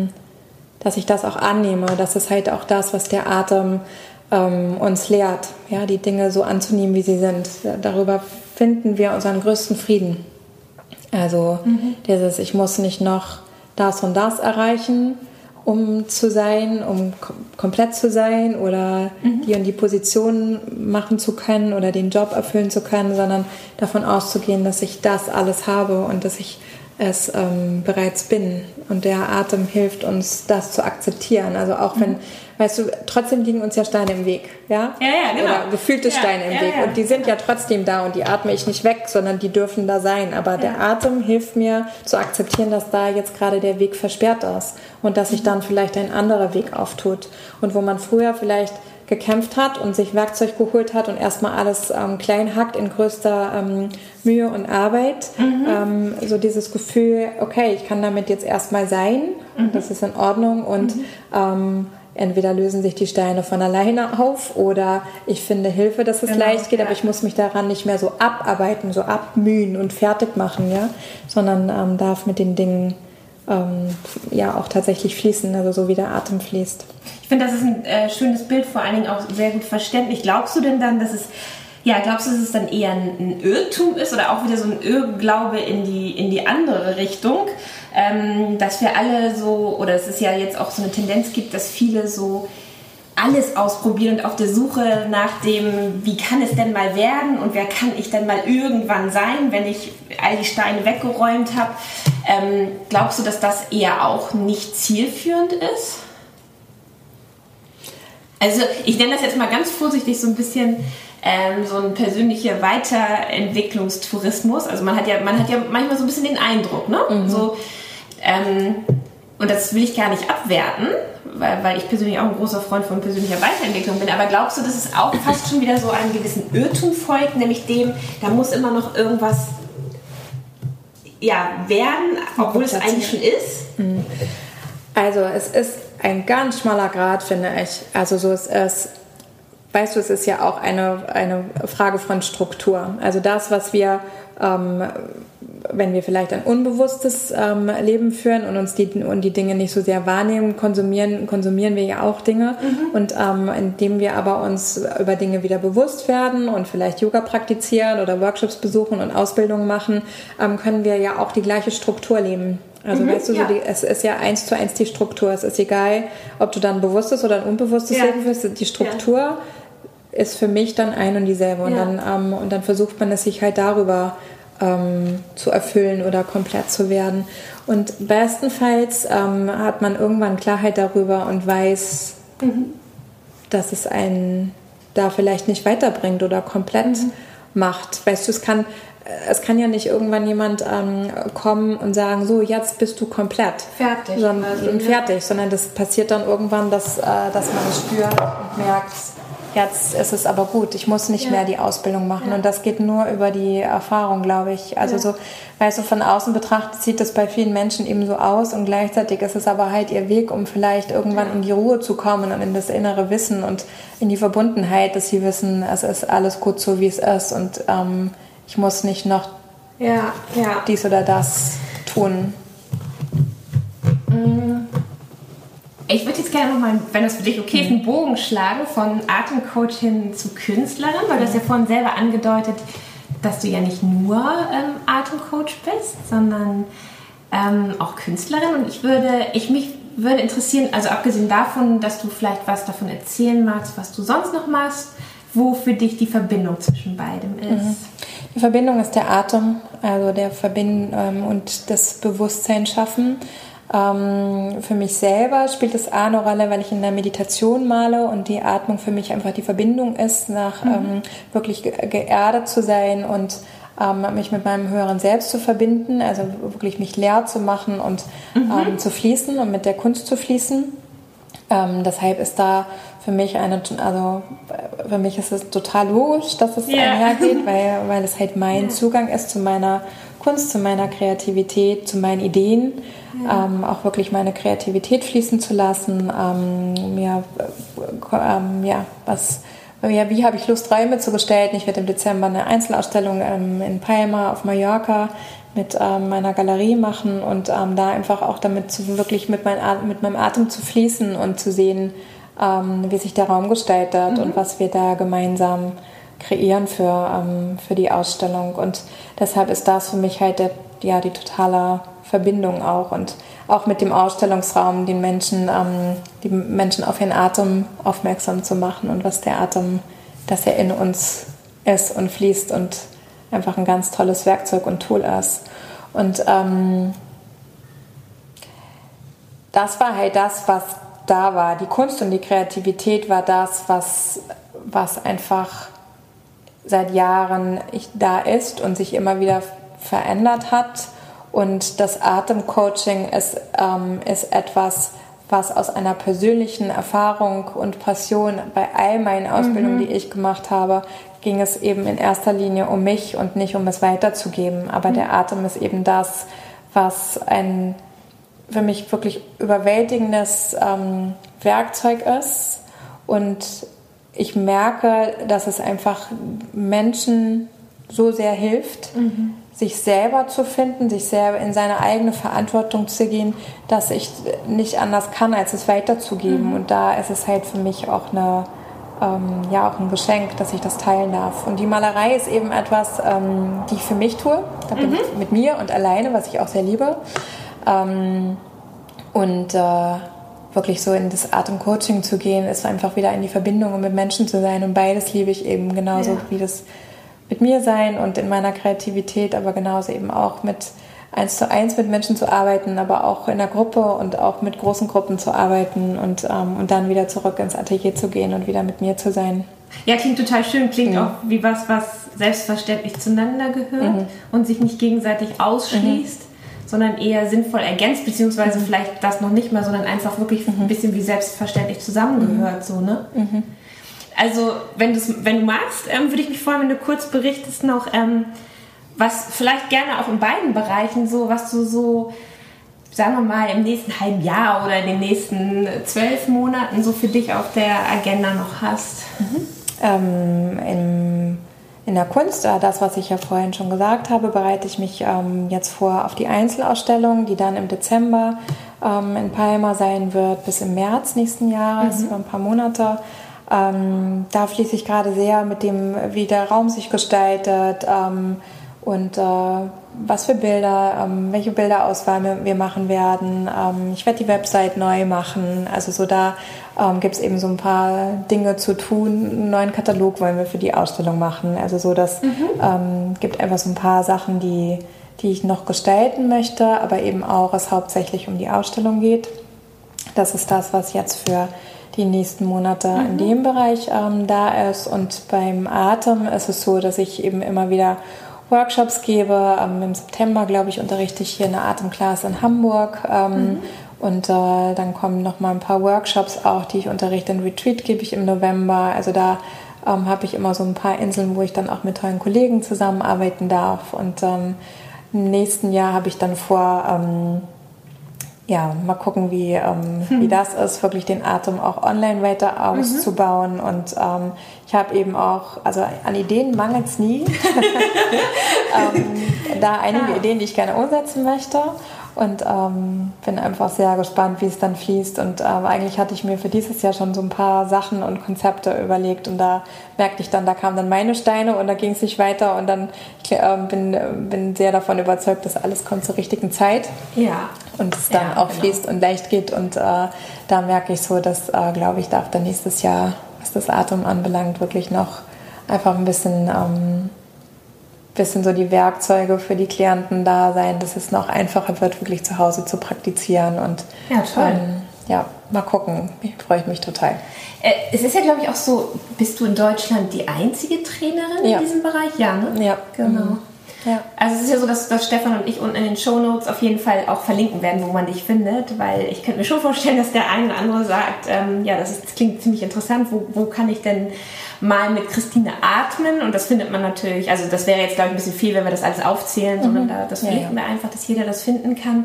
das auch annehme. Das ist halt auch das, was der Atem uns lehrt. Ja, die Dinge so anzunehmen, wie sie sind. Darüber finden wir unseren größten Frieden. Also ich muss nicht noch das und das erreichen, um zu sein, um komplett zu sein oder die und die Position machen zu können oder den Job erfüllen zu können, sondern davon auszugehen, dass ich das alles habe und dass ich es bereits bin. Und der Atem hilft uns, das zu akzeptieren. Also auch wenn, weißt du, trotzdem liegen uns ja Steine im Weg, ja? Ja, genau. Oder gefühlte Steine im Weg. Und die sind ja trotzdem da und die atme ich nicht weg, sondern die dürfen da sein. Aber der Atem hilft mir zu akzeptieren, dass da jetzt gerade der Weg versperrt ist und dass sich dann vielleicht ein anderer Weg auftut. Und wo man früher vielleicht gekämpft hat und sich Werkzeug geholt hat und erstmal alles klein hackt in größter Mühe und Arbeit. So dieses Gefühl, okay, ich kann damit jetzt erstmal sein, das ist in Ordnung und entweder lösen sich die Steine von alleine auf oder ich finde Hilfe, dass es leicht geht, aber ich muss mich daran nicht mehr so abarbeiten, so abmühen und fertig machen, ja, sondern darf mit den Dingen auch tatsächlich fließen, also so wie der Atem fließt. Ich finde, das ist ein schönes Bild, vor allen Dingen auch sehr gut verständlich. Glaubst du denn dann, dass es dann eher ein Irrtum ist oder auch wieder so ein Irrglaube in die andere Richtung, dass wir alle so, oder es ist ja jetzt auch so eine Tendenz gibt, dass viele so alles ausprobieren und auf der Suche nach dem, wie kann es denn mal werden und wer kann ich denn mal irgendwann sein, wenn ich all die Steine weggeräumt habe. Glaubst du, dass das eher auch nicht zielführend ist? Also ich nenne das jetzt mal ganz vorsichtig so ein bisschen so ein persönlicher Weiterentwicklungstourismus. Also man hat ja manchmal so ein bisschen den Eindruck, ne? So, und das will ich gar nicht abwerten, weil ich persönlich auch ein großer Freund von persönlicher Weiterentwicklung bin. Aber glaubst du, dass es auch fast schon wieder so einen gewissen Irrtum folgt, nämlich dem, da muss immer noch irgendwas werden, obwohl es eigentlich schon ist? Also es ist, ein ganz schmaler Grad, finde ich. Also so ist es, weißt du, es ist ja auch eine Frage von Struktur. Also das, was wir, wenn wir vielleicht ein unbewusstes Leben führen und uns die Dinge nicht so sehr wahrnehmen, konsumieren wir ja auch Dinge. Und indem wir aber uns über Dinge wieder bewusst werden und vielleicht Yoga praktizieren oder Workshops besuchen und Ausbildungen machen, können wir ja auch die gleiche Struktur leben. Also weißt du, es ist ja 1:1 die Struktur. Es ist egal, ob du dann ein bewusstes oder ein unbewusstes Leben führst. Die Struktur ist für mich dann ein und dieselbe. Und dann versucht man es sich halt darüber zu erfüllen oder komplett zu werden. Und bestenfalls hat man irgendwann Klarheit darüber und weiß, dass es einen da vielleicht nicht weiterbringt oder komplett macht. Weißt du, es kann ja nicht irgendwann jemand kommen und sagen, so, jetzt bist du komplett fertig, sondern das passiert dann irgendwann, dass man es spürt und merkt, jetzt ist es aber gut, ich muss nicht mehr die Ausbildung machen. Und das geht nur über die Erfahrung, glaube ich. Also so, weißt du, von außen betrachtet sieht das bei vielen Menschen eben so aus und gleichzeitig ist es aber halt ihr Weg, um vielleicht irgendwann in die Ruhe zu kommen und in das innere Wissen und in die Verbundenheit, dass sie wissen, es ist alles gut so, wie es ist und ich muss nicht noch dies oder das tun. Ich würde jetzt gerne nochmal, wenn das für dich okay ist, einen Bogen schlagen von Atemcoach hin zu Künstlerin, weil du hast ja vorhin selber angedeutet, dass du ja nicht nur Atemcoach bist, sondern auch Künstlerin. Und mich würde interessieren, also abgesehen davon, dass du vielleicht was davon erzählen magst, was du sonst noch machst, wo für dich die Verbindung zwischen beidem ist. Die Verbindung ist der Atem, also der und das Bewusstsein schaffen. Für mich selber spielt es eine Rolle, weil ich in der Meditation male und die Atmung für mich einfach die Verbindung ist, nach wirklich geerdet zu sein und mich mit meinem höheren Selbst zu verbinden, also wirklich mich leer zu machen und zu fließen und mit der Kunst zu fließen. Deshalb ist da für mich für mich ist es total logisch, dass es einhergeht, weil es halt mein Zugang ist zu meiner Kunst, zu meiner Kreativität, zu meinen Ideen, auch wirklich meine Kreativität fließen zu lassen, wie habe ich Lust, Räume zu gestalten. Ich werde im Dezember eine Einzelausstellung in Palma auf Mallorca mit meiner Galerie machen und da einfach auch damit wirklich mit meinem Atem zu fließen und zu sehen, wie sich der Raum gestaltet und was wir da gemeinsam kreieren für die Ausstellung. Und deshalb ist das für mich halt die totale Verbindung auch. Und auch mit dem Ausstellungsraum die Menschen auf ihren Atem aufmerksam zu machen und was der Atem, dass er in uns ist und fließt und einfach ein ganz tolles Werkzeug und Tool ist. Und das war halt das, was da war. Die Kunst und die Kreativität war das, was einfach seit Jahren da ist und sich immer wieder verändert hat. Und das Atemcoaching ist etwas, was aus einer persönlichen Erfahrung und Passion bei all meinen Ausbildungen, die ich gemacht habe, ging es eben in erster Linie um mich und nicht um es weiterzugeben. Aber der Atem ist eben das, was ein für mich wirklich überwältigendes Werkzeug ist. Und ich merke, dass es einfach Menschen so sehr hilft, sich selber zu finden, sich selber in seine eigene Verantwortung zu gehen, dass ich nicht anders kann, als es weiterzugeben. Und da ist es halt für mich auch auch ein Geschenk, dass ich das teilen darf. Und die Malerei ist eben etwas, die ich für mich tue. Da bin ich mit mir und alleine, was ich auch sehr liebe. Wirklich so in das Atemcoaching zu gehen, ist einfach wieder in die Verbindung und mit Menschen zu sein. Und beides liebe ich eben genauso wie das mit mir sein und in meiner Kreativität, aber genauso eben auch mit 1:1 mit Menschen zu arbeiten, aber auch in der Gruppe und auch mit großen Gruppen zu arbeiten und dann wieder zurück ins Atelier zu gehen und wieder mit mir zu sein. Ja, klingt total schön. Klingt auch wie was selbstverständlich zueinander gehört und sich nicht gegenseitig ausschließt, sondern eher sinnvoll ergänzt, beziehungsweise vielleicht das noch nicht mal, sondern einfach wirklich ein bisschen wie selbstverständlich zusammengehört. So, ne? Also, wenn du magst, würde ich mich freuen, wenn du kurz berichtest noch, was vielleicht gerne auch in beiden Bereichen so, was du so sagen wir mal, im nächsten halben Jahr oder in den nächsten 12 Monaten so für dich auf der Agenda noch hast? In der Kunst, das, was ich ja vorhin schon gesagt habe, bereite ich mich jetzt vor auf die Einzelausstellung, die dann im Dezember in Palma sein wird, bis im März nächsten Jahres, für ein paar Monate. Da fließe ich gerade sehr mit dem, wie der Raum sich gestaltet und was für Bilder, welche Bilderauswahl wir machen werden. Ich werde die Website neu machen. Also so da gibt es eben so ein paar Dinge zu tun. Einen neuen Katalog wollen wir für die Ausstellung machen. Also so das gibt einfach so ein paar Sachen, die ich noch gestalten möchte, aber eben auch es hauptsächlich um die Ausstellung geht. Das ist das, was jetzt für die nächsten Monate in dem Bereich da ist. Und beim Atem ist es so, dass ich eben immer wieder Workshops gebe. Im September, glaube ich, unterrichte ich hier eine Atemklasse in Hamburg. Und dann kommen noch mal ein paar Workshops auch, die ich unterrichte. Ein Retreat gebe ich im November. Also da habe ich immer so ein paar Inseln, wo ich dann auch mit tollen Kollegen zusammenarbeiten darf. Und im nächsten Jahr habe ich dann vor, mal gucken, wie das ist, wirklich den Atem auch online weiter auszubauen. Und ich habe eben auch, also an Ideen mangelt es nie. Da einige Ideen, die ich gerne umsetzen möchte. Und bin einfach sehr gespannt, wie es dann fließt. Und eigentlich hatte ich mir für dieses Jahr schon so ein paar Sachen und Konzepte überlegt. Und da merkte ich dann, da kamen dann meine Steine und da ging es nicht weiter. Und dann bin sehr davon überzeugt, dass alles kommt zur richtigen Zeit. Ja. Und es dann auch fließt und leicht geht. Und da merke ich so, dass, glaube ich, darf dann nächstes Jahr, was das Atem anbelangt, wirklich noch einfach ein bisschen so die Werkzeuge für die Klienten da sein, dass es noch einfacher wird, wirklich zu Hause zu praktizieren. Und ja, toll. Mal gucken. Freue ich mich total. Es ist ja, glaube ich, auch so, bist du in Deutschland die einzige Trainerin in diesem Bereich? Ja, ne? Ja. Genau. Ja. Also es ist ja so, dass Stefan und ich unten in den Shownotes auf jeden Fall auch verlinken werden, wo man dich findet, weil ich könnte mir schon vorstellen, dass der eine oder andere sagt, das klingt ziemlich interessant, wo kann ich denn mal mit Christine atmen? Und das findet man natürlich, also das wäre jetzt, glaube ich, ein bisschen viel, wenn wir das alles aufzählen, sondern das verlinken wir einfach, dass jeder das finden kann.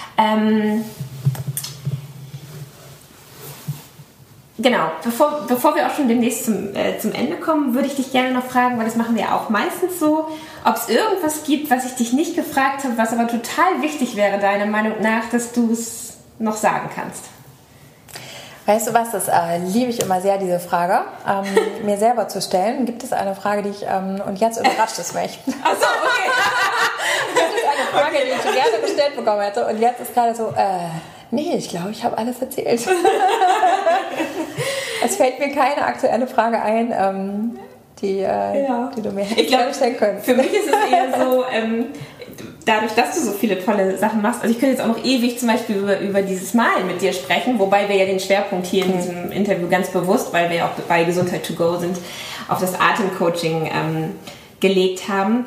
Genau, bevor wir auch schon demnächst zum Ende kommen, würde ich dich gerne noch fragen, weil das machen wir ja auch meistens so, ob es irgendwas gibt, was ich dich nicht gefragt habe, was aber total wichtig wäre, deiner Meinung nach, dass du es noch sagen kannst. Weißt du was, das liebe ich immer sehr, diese Frage, mir selber zu stellen. Gibt es eine Frage, die ich, und jetzt überrascht es mich. Ach so, okay. Gibt es eine Frage, die ich gerne gestellt bekommen hätte und jetzt ist gerade so, nee, ich glaube, ich habe alles erzählt. Es fällt mir keine aktuelle Frage ein, die du mir hättest stellen können. Für mich ist es eher so, dadurch, dass du so viele tolle Sachen machst, also ich könnte jetzt auch noch ewig zum Beispiel über dieses Malen mit dir sprechen, wobei wir ja den Schwerpunkt hier in diesem Interview ganz bewusst, weil wir ja auch bei Gesundheit to go sind, auf das Atemcoaching gelegt haben.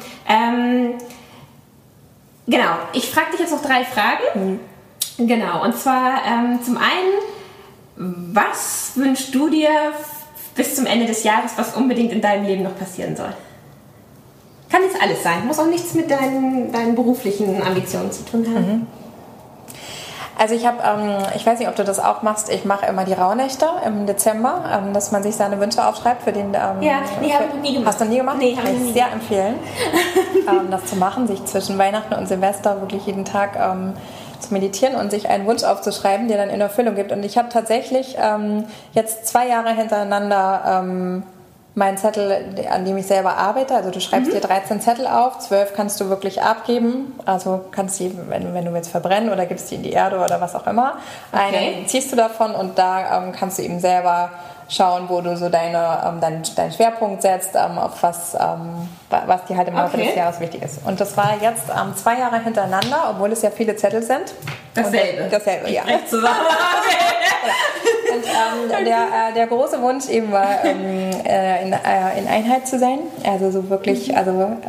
Genau, ich frage dich jetzt noch 3 Fragen. Genau, und zwar zum einen, was wünschst du dir bis zum Ende des Jahres, was unbedingt in deinem Leben noch passieren soll? Kann jetzt alles sein, muss auch nichts mit deinen beruflichen Ambitionen zu tun haben. Also ich weiß nicht, ob du das auch machst, ich mache immer die Rauhnächte im Dezember, dass man sich seine Wünsche aufschreibt für den... habe ich noch nie gemacht. Hast du nie gemacht? Nee, habe ich nie. Sehr empfehlen, das zu machen, sich zwischen Weihnachten und Silvester wirklich jeden Tag zu meditieren und sich einen Wunsch aufzuschreiben, der dann in Erfüllung gibt. Und ich habe tatsächlich jetzt 2 Jahre hintereinander meinen Zettel, an dem ich selber arbeite, also du schreibst dir 13 Zettel auf, 12 kannst du wirklich abgeben, also kannst die, wenn du jetzt verbrennen oder gibst die in die Erde oder was auch immer, einen ziehst du davon und da kannst du eben selber schauen, wo du so deinen Schwerpunkt setzt, auf was dir halt im Laufe des Jahres wichtig ist. Und das war jetzt 2 Jahre hintereinander, obwohl es ja viele Zettel sind. Dasselbe, ja. Zusammen. Und der große Wunsch eben war, in Einheit zu sein. Also so wirklich, in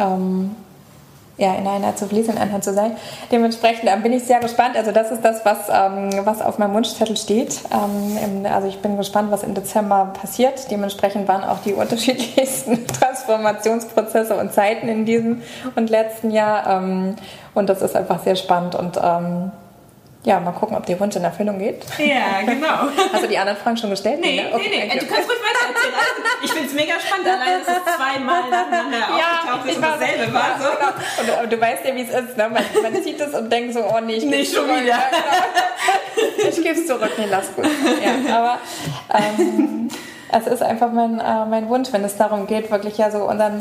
Einheit zu fließen, in Einheit zu sein. Dementsprechend bin ich sehr gespannt. Also das ist das, was auf meinem Wunschzettel steht. Also ich bin gespannt, was im Dezember passiert. Dementsprechend waren auch die unterschiedlichsten Transformationsprozesse und Zeiten in diesem und letzten Jahr. Und das ist einfach sehr spannend und ja, mal gucken, ob der Wunsch in Erfüllung geht. Ja, genau. Hast du die anderen Fragen schon gestellt? Nee. Du kannst ruhig weiter erzählen. Ich finde es mega spannend, allein, dass es zweimal nacheinander aufgetaucht ist und dasselbe war. So. Und du weißt ja, wie es ist. Ne? Man sieht es und denkt so, oh nee, ich nicht schon wieder. Ich gebe es zurück. Nee, lass gut. Ja, aber es ist einfach mein Wunsch, wenn es darum geht, wirklich ja so unseren...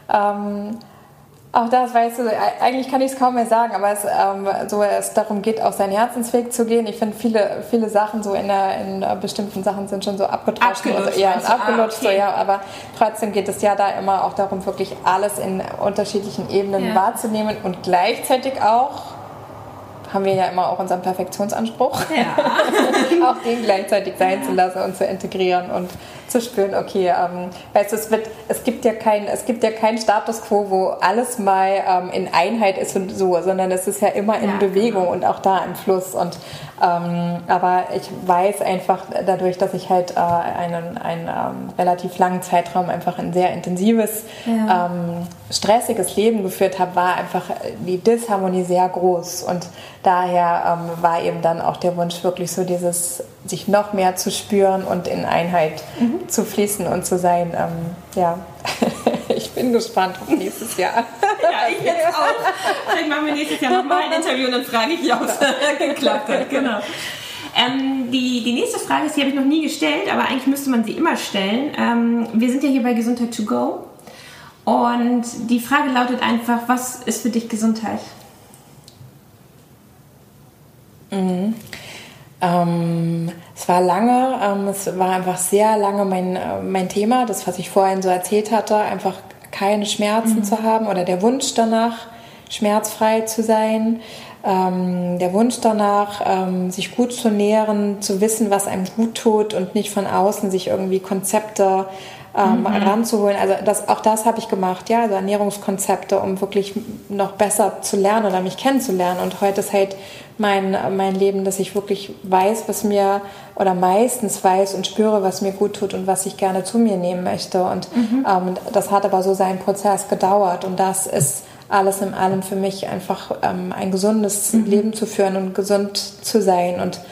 Auch das, weißt du, eigentlich kann ich es kaum mehr sagen, aber es darum geht, auch seinen Herzensweg zu gehen. Ich finde, viele Sachen so in bestimmten Sachen sind schon so abgelutscht. Okay. So, ja, aber trotzdem geht es ja da immer auch darum, wirklich alles in unterschiedlichen Ebenen wahrzunehmen und gleichzeitig auch haben wir ja immer auch unseren Perfektionsanspruch, auch den gleichzeitig sein zu lassen und zu integrieren und zu spüren, okay, weißt du, es gibt ja keinen Status quo, wo alles mal in Einheit ist und so, sondern es ist ja immer in Bewegung und auch da im Fluss. Und aber ich weiß einfach dadurch, dass ich halt einen relativ langen Zeitraum einfach ein sehr intensives, stressiges Leben geführt habe, war einfach die Disharmonie sehr groß. Und daher war eben dann auch der Wunsch, wirklich so dieses, sich noch mehr zu spüren und in Einheit zu fließen und zu sein. Ich bin gespannt auf nächstes Jahr. Ja, ich jetzt auch. Vielleicht machen wir nächstes Jahr nochmal ein Interview und dann frage ich, ob es geklappt hat. Genau. Die nächste Frage ist, die habe ich noch nie gestellt, aber eigentlich müsste man sie immer stellen. Wir sind ja hier bei Gesundheit to go und die Frage lautet einfach, was ist für dich Gesundheit? Es war lange, es war einfach sehr lange mein Thema, das, was ich vorhin so erzählt hatte, einfach keine Schmerzen zu haben oder der Wunsch danach, schmerzfrei zu sein, der Wunsch danach, sich gut zu nähren, zu wissen, was einem gut tut und nicht von außen sich irgendwie Konzepte ranzuholen. Also auch das habe ich gemacht, ja, also Ernährungskonzepte, um wirklich noch besser zu lernen oder mich kennenzulernen. Und heute ist halt mein Leben, dass ich wirklich weiß, was mir, oder meistens weiß und spüre, was mir gut tut und was ich gerne zu mir nehmen möchte. Und das hat aber so seinen Prozess gedauert. Und das ist alles in allem für mich einfach ein gesundes Leben zu führen und gesund zu sein. Und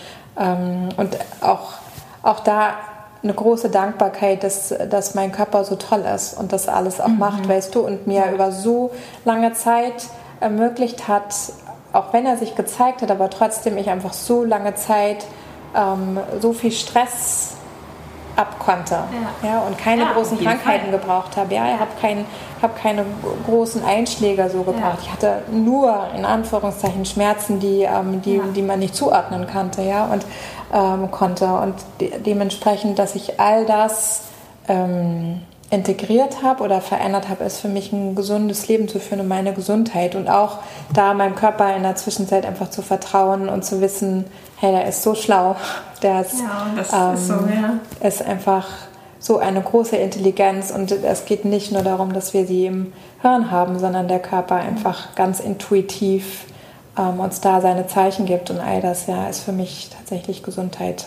auch da eine große Dankbarkeit, dass mein Körper so toll ist und das alles auch macht, weißt du, und mir über so lange Zeit ermöglicht hat, auch wenn er sich gezeigt hat, aber trotzdem ich einfach so lange Zeit so viel Stress abkonnte und keine großen Krankheiten gebraucht habe. Ja, ich habe keine großen Einschläge so gebraucht. Ich hatte nur, in Anführungszeichen, Schmerzen, die man nicht zuordnen konnte, konnte. Und dementsprechend, dass ich all das integriert habe oder verändert habe, ist für mich ein gesundes Leben zu führen und meine Gesundheit. Und auch da meinem Körper in der Zwischenzeit einfach zu vertrauen und zu wissen, hey, der ist so schlau. Das ist einfach so eine große Intelligenz. Und es geht nicht nur darum, dass wir sie im Hirn haben, sondern der Körper einfach ganz intuitiv uns da seine Zeichen gibt. Und all das ist für mich tatsächlich Gesundheit.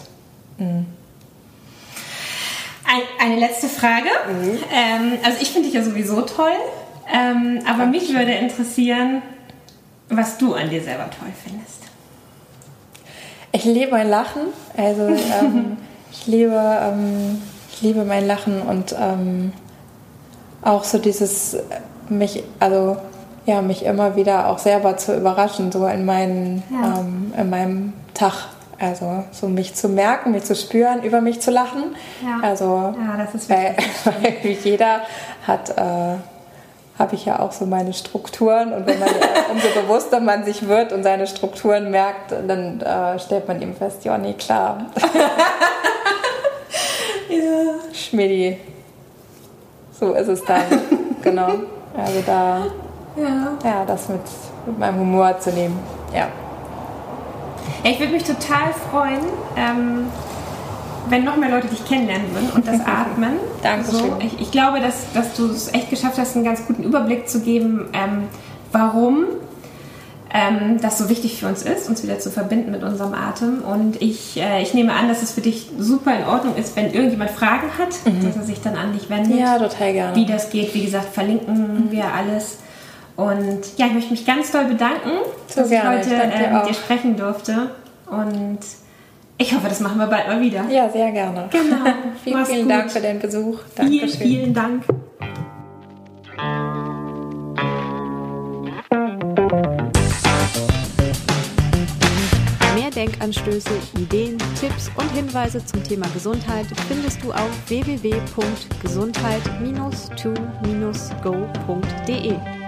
Eine letzte Frage. Also ich finde dich ja sowieso toll, aber mich würde interessieren, was du an dir selber toll findest. Ich liebe mein Lachen. Also ich liebe mein Lachen und auch so dieses mich immer wieder auch selber zu überraschen, so in meinem Tag. Also so mich zu merken, mich zu spüren, über mich zu lachen. Ja. Also das ist wichtig. Wie jeder habe ich ja auch so meine Strukturen, und wenn man umso bewusster man sich wird und seine Strukturen merkt, dann stellt man eben fest, ja, nee, klar. Schmidi. So ist es dann. Genau. Also da das mit meinem Humor zu nehmen. Ja. Ich würde mich total freuen, wenn noch mehr Leute dich kennenlernen würden und das Atmen. Dankeschön. So, ich glaube, dass du es echt geschafft hast, einen ganz guten Überblick zu geben, warum das so wichtig für uns ist, uns wieder zu verbinden mit unserem Atem. Und ich nehme an, dass es für dich super in Ordnung ist, wenn irgendjemand Fragen hat, dass er sich dann an dich wendet. Ja, total gerne. Wie das geht, wie gesagt, verlinken wir alles. Und ja, ich möchte mich ganz doll bedanken, dass ich heute mit dir sprechen durfte. Und ich hoffe, das machen wir bald mal wieder. Ja, sehr gerne. Genau. Vielen Dank für den Besuch. Dankeschön. Vielen Dank. Mehr Denkanstöße, Ideen, Tipps und Hinweise zum Thema Gesundheit findest du auf www.gesundheit-to-go.de.